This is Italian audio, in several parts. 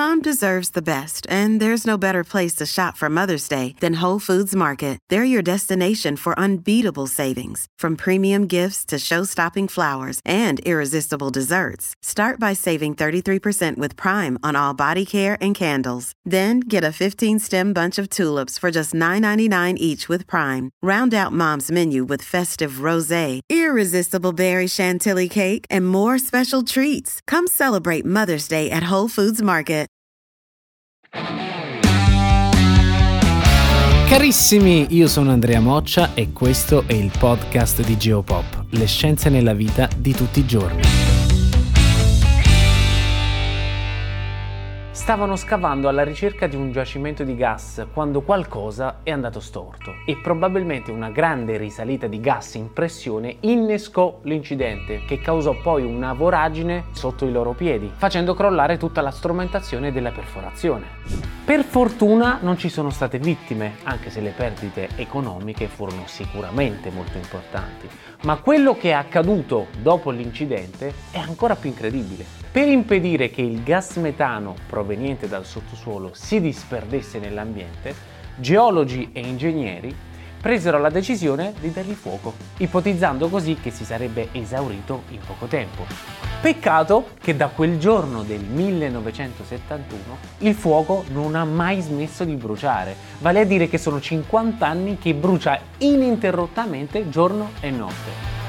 Mom deserves the best, and there's no better place to shop for Mother's Day than Whole Foods Market. They're your destination for unbeatable savings, from premium gifts to show-stopping flowers and irresistible desserts. Start by saving 33% with Prime on all body care and candles. Then get a 15-stem bunch of tulips for just $9.99 each with Prime. Round out Mom's menu with festive rosé, irresistible berry chantilly cake, and more special treats. Come celebrate Mother's Day at Whole Foods Market. Carissimi, io sono Andrea Moccia e questo è il podcast di Geopop, le scienze nella vita di tutti i giorni. Stavano scavando alla ricerca di un giacimento di gas quando qualcosa è andato storto e probabilmente una grande risalita di gas in pressione innescò l'incidente che causò poi una voragine sotto i loro piedi, facendo crollare tutta la strumentazione della perforazione. Per fortuna non ci sono state vittime, anche se le perdite economiche furono sicuramente molto importanti, ma quello che è accaduto dopo l'incidente è ancora più incredibile. Per impedire che il gas metano proveniente dal sottosuolo si disperdesse nell'ambiente, geologi e ingegneri presero la decisione di dargli fuoco, ipotizzando così che si sarebbe esaurito in poco tempo. Peccato che da quel giorno del 1971 il fuoco non ha mai smesso di bruciare, vale a dire che sono 50 anni che brucia ininterrottamente giorno e notte.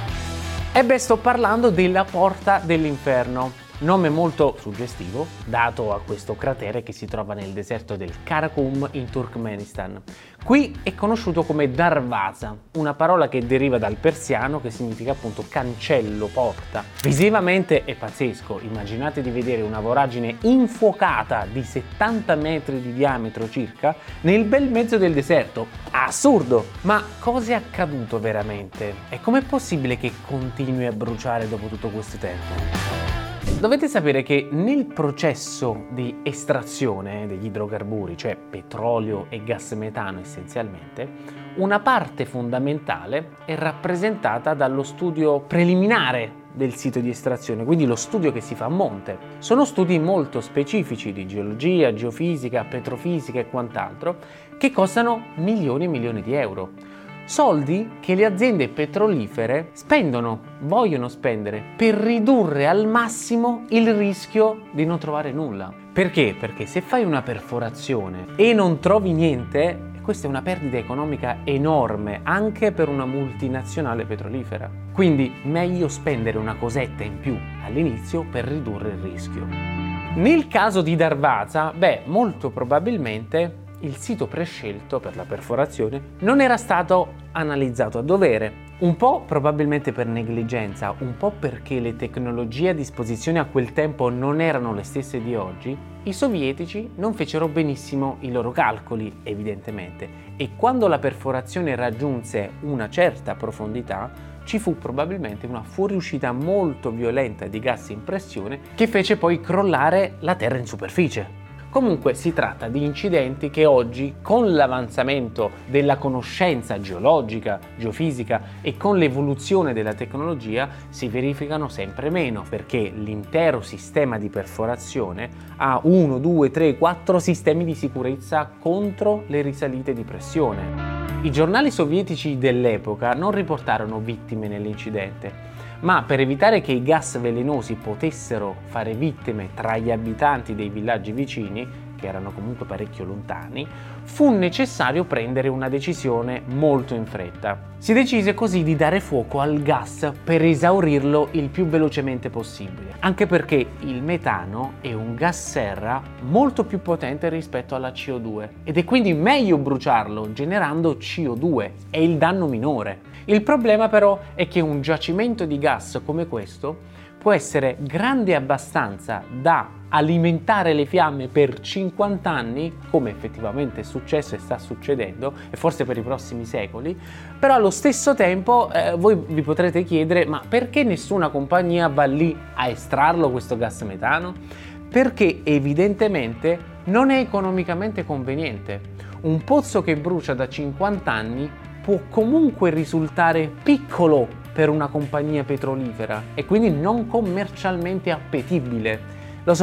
E beh, sto parlando della Porta dell'Inferno. Nome molto suggestivo dato a questo cratere che si trova nel deserto del Karakum in Turkmenistan. Qui è conosciuto come Darvaza, una parola che deriva dal persiano che significa appunto cancello, porta. Visivamente è pazzesco, immaginate di vedere una voragine infuocata di 70 metri di diametro circa nel bel mezzo del deserto. Assurdo! Ma cosa è accaduto veramente? E com'è possibile che continui a bruciare dopo tutto questo tempo? Dovete sapere che nel processo di estrazione degli idrocarburi, cioè petrolio e gas metano essenzialmente, una parte fondamentale è rappresentata dallo studio preliminare del sito di estrazione, quindi lo studio che si fa a monte. Sono studi molto specifici di geologia, geofisica, petrofisica e quant'altro che costano milioni e milioni di euro. Soldi che le aziende petrolifere vogliono spendere per ridurre al massimo il rischio di non trovare nulla. Perché? Perché se fai una perforazione e non trovi niente, questa è una perdita economica enorme anche per una multinazionale petrolifera. Quindi meglio spendere una cosetta in più all'inizio per ridurre il rischio. Nel caso di Darvaza, molto probabilmente il sito prescelto per la perforazione non era stato analizzato a dovere, un po' probabilmente per negligenza, un po' perché le tecnologie a disposizione a quel tempo non erano le stesse di oggi. I sovietici non fecero benissimo i loro calcoli, evidentemente, e quando la perforazione raggiunse una certa profondità ci fu probabilmente una fuoriuscita molto violenta di gas in pressione che fece poi crollare la terra in superficie. Comunque si tratta di incidenti che oggi, con l'avanzamento della conoscenza geologica, geofisica e con l'evoluzione della tecnologia, si verificano sempre meno, perché l'intero sistema di perforazione ha 1, 2, 3, 4 sistemi di sicurezza contro le risalite di pressione. I giornali sovietici dell'epoca non riportarono vittime nell'incidente, ma per evitare che i gas velenosi potessero fare vittime tra gli abitanti dei villaggi vicini, che erano comunque parecchio lontani, fu necessario prendere una decisione molto in fretta. Si decise così di dare fuoco al gas per esaurirlo il più velocemente possibile, anche perché il metano è un gas serra molto più potente rispetto alla CO2 ed è quindi meglio bruciarlo generando CO2, è il danno minore. Il problema però è che un giacimento di gas come questo può essere grande abbastanza da alimentare le fiamme per 50 anni, come effettivamente è successo e sta succedendo, e forse per i prossimi secoli, però allo stesso tempo voi vi potrete chiedere: ma perché nessuna compagnia va lì a estrarlo questo gas metano? Perché evidentemente non è economicamente conveniente. Un pozzo che brucia da 50 anni può comunque risultare piccolo per una compagnia petrolifera e quindi non commercialmente appetibile. Lo so,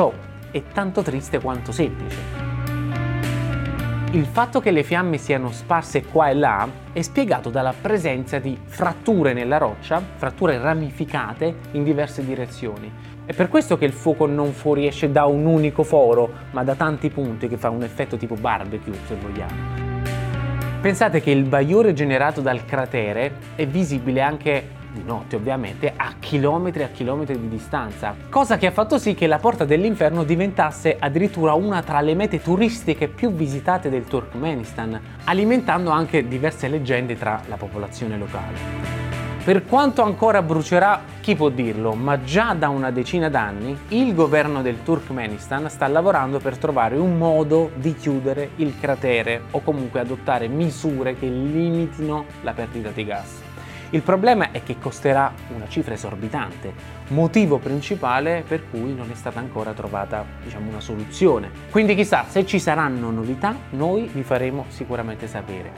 è tanto triste quanto semplice. Il fatto che le fiamme siano sparse qua e là è spiegato dalla presenza di fratture nella roccia, fratture ramificate in diverse direzioni. È per questo che il fuoco non fuoriesce da un unico foro, ma da tanti punti, che fa un effetto tipo barbecue, se vogliamo. Pensate che il bagliore generato dal cratere è visibile anche di notte, ovviamente, a chilometri di distanza, cosa che ha fatto sì che la Porta dell'Inferno diventasse addirittura una tra le mete turistiche più visitate del Turkmenistan, alimentando anche diverse leggende tra la popolazione locale. Per quanto ancora brucerà, chi può dirlo, ma già da una decina d'anni il governo del Turkmenistan sta lavorando per trovare un modo di chiudere il cratere o comunque adottare misure che limitino la perdita di gas. Il problema è che costerà una cifra esorbitante, motivo principale per cui non è stata ancora trovata, una soluzione. Quindi chissà, se ci saranno novità, noi vi faremo sicuramente sapere.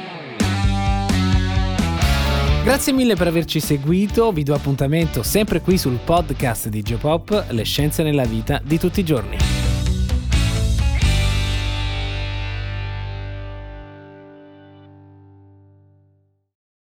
Grazie mille per averci seguito, vi do appuntamento sempre qui sul podcast di Geopop, le scienze nella vita di tutti i giorni.